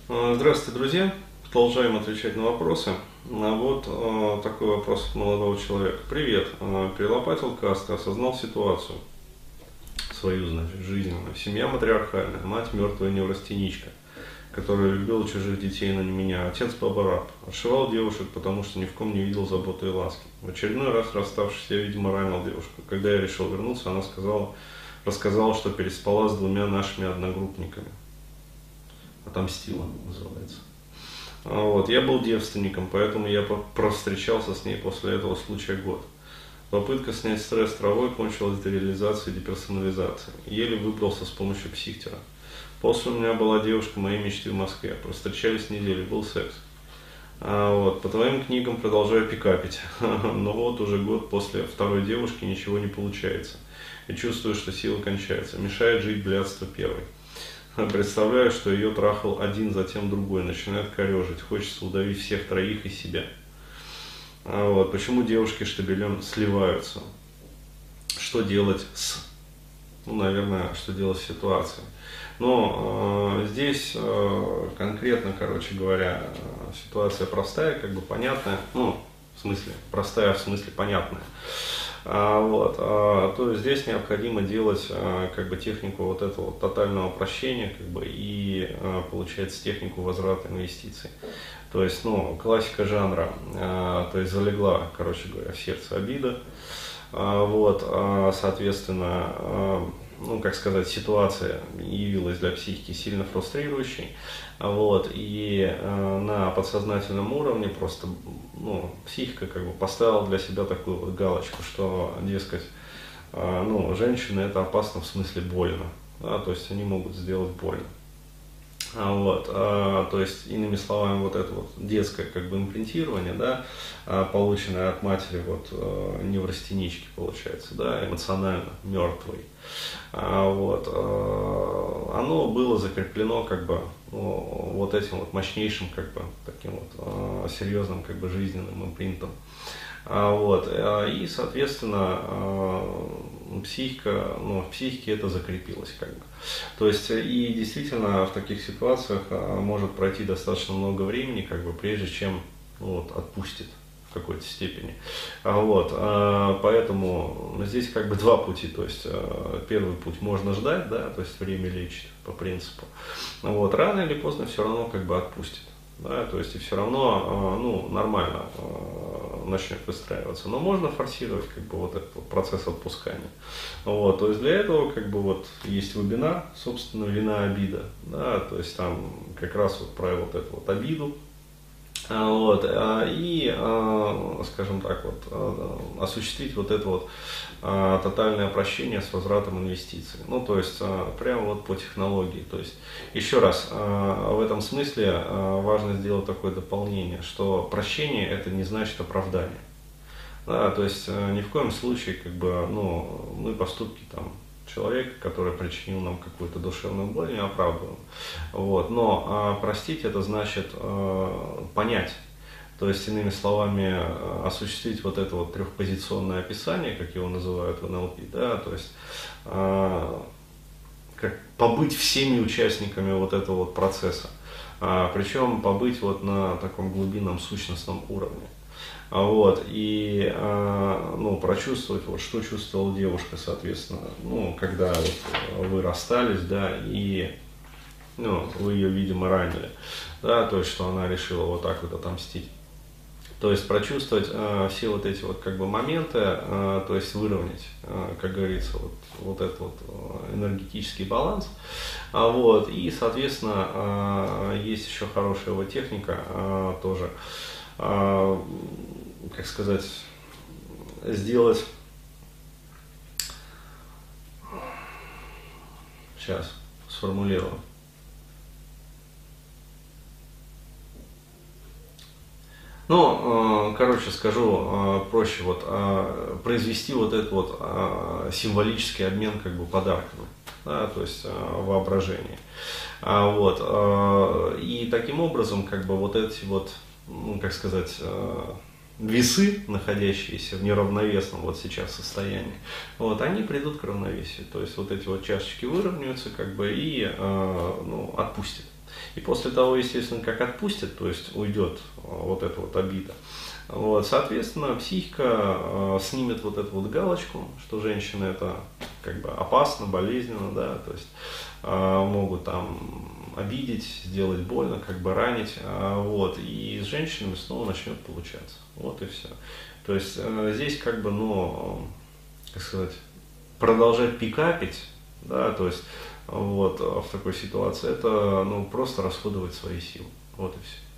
Здравствуйте, друзья! Продолжаем отвечать на вопросы. Такой вопрос от молодого человека. Привет! Перелопатил касты, осознал ситуацию свою, значит, жизненную. Семья матриархальная, мать мертвая неврастеничка, которая любила чужих детей, но не меня. Отец баба-раб. Отшивал девушек, потому что ни в ком не видел заботы и ласки. В очередной раз, расставшись, я, видимо, ранил девушку. Когда я решил вернуться, она рассказала, что переспала с двумя нашими одногруппниками. Отомстила, называется. Я был девственником, поэтому я провстречался с ней после этого случая год. Попытка снять стресс травой кончилась дереализацией и деперсонализацией. Еле выбрался с помощью психтера. После у меня была девушка моей мечты в Москве. Провстречались неделю, был секс. По твоим книгам продолжаю пикапить. Но вот уже год после второй девушки ничего не получается. И чувствую, что сила кончается. Мешает жить блядство первой. Представляю, что ее трахал один, затем другой, начинает корежить, хочется удавить всех троих и себя. Почему девушки штабелем сливаются? Что делать наверное, что делать в ситуации? Но здесь конкретно, короче говоря, ситуация простая, как бы понятная, простая в смысле понятная. То есть здесь необходимо делать технику вот этого тотального прощения и получается технику возврата инвестиций. То есть, классика жанра, то есть залегла, короче говоря, в сердце обида, соответственно, ситуация явилась для психики сильно фрустрирующей, и на подсознательном уровне просто, психика поставила для себя такую вот галочку, что, дескать, женщины это опасно в смысле больно, то есть они могут сделать больно. То есть, иными словами, вот это вот детское импринтирование, полученное от матери неврастенички, получается, эмоционально мертвой, оно было закреплено этим мощнейшим таким серьезным жизненным импринтом. И, соответственно, в психике это закрепилось То есть, и действительно в таких ситуациях может пройти достаточно много времени, прежде чем отпустит в какой-то степени. Поэтому здесь два пути. То есть, первый путь можно ждать, то есть время лечит по принципу. Рано или поздно все равно отпустит. То есть и все равно нормально начнет выстраиваться. Но можно форсировать этот процесс отпускания. То есть для этого есть вебинар, собственно, вина, обида. То есть там как раз про эту обиду. Скажем так, осуществить это тотальное прощение с возвратом инвестиций. То есть, прямо по технологии. То есть, еще раз, в этом смысле важно сделать такое дополнение, что прощение это не значит оправдание. То есть, ни в коем случае, мы поступки человека, который причинил нам какую-то душевную боль, не оправдываем. Но простить это значит понять. То есть, иными словами, осуществить это трехпозиционное описание, как его называют в НЛП, то есть побыть всеми участниками этого процесса, причем побыть на таком глубинном сущностном уровне. Прочувствовать, что чувствовала девушка, соответственно, когда вы расстались, и вы ее, видимо, ранили, то есть, что она решила отомстить. То есть прочувствовать все эти моменты, то есть выровнять, как говорится, этот энергетический баланс. И, соответственно, есть еще хорошая техника тоже, сделать, сейчас сформулирую. Скажу проще, произвести этот символический обмен подарками, то есть воображение. И таким образом, эти весы, находящиеся в неравновесном сейчас состоянии, они придут к равновесию. То есть эти чашечки выровняются и отпустят. И после того, естественно, как отпустит, то есть уйдет вот эта вот обида, вот, соответственно, психика снимет вот эту вот галочку, что женщина это как бы опасно, болезненно, да, то есть могут там обидеть, сделать больно, как бы ранить, вот, и с женщинами снова начнет получаться, вот и все. То есть здесь как бы, ну, как сказать, продолжать пикапить, да, то есть вот в такой ситуации, это, ну, просто расходовать свои силы, вот и все.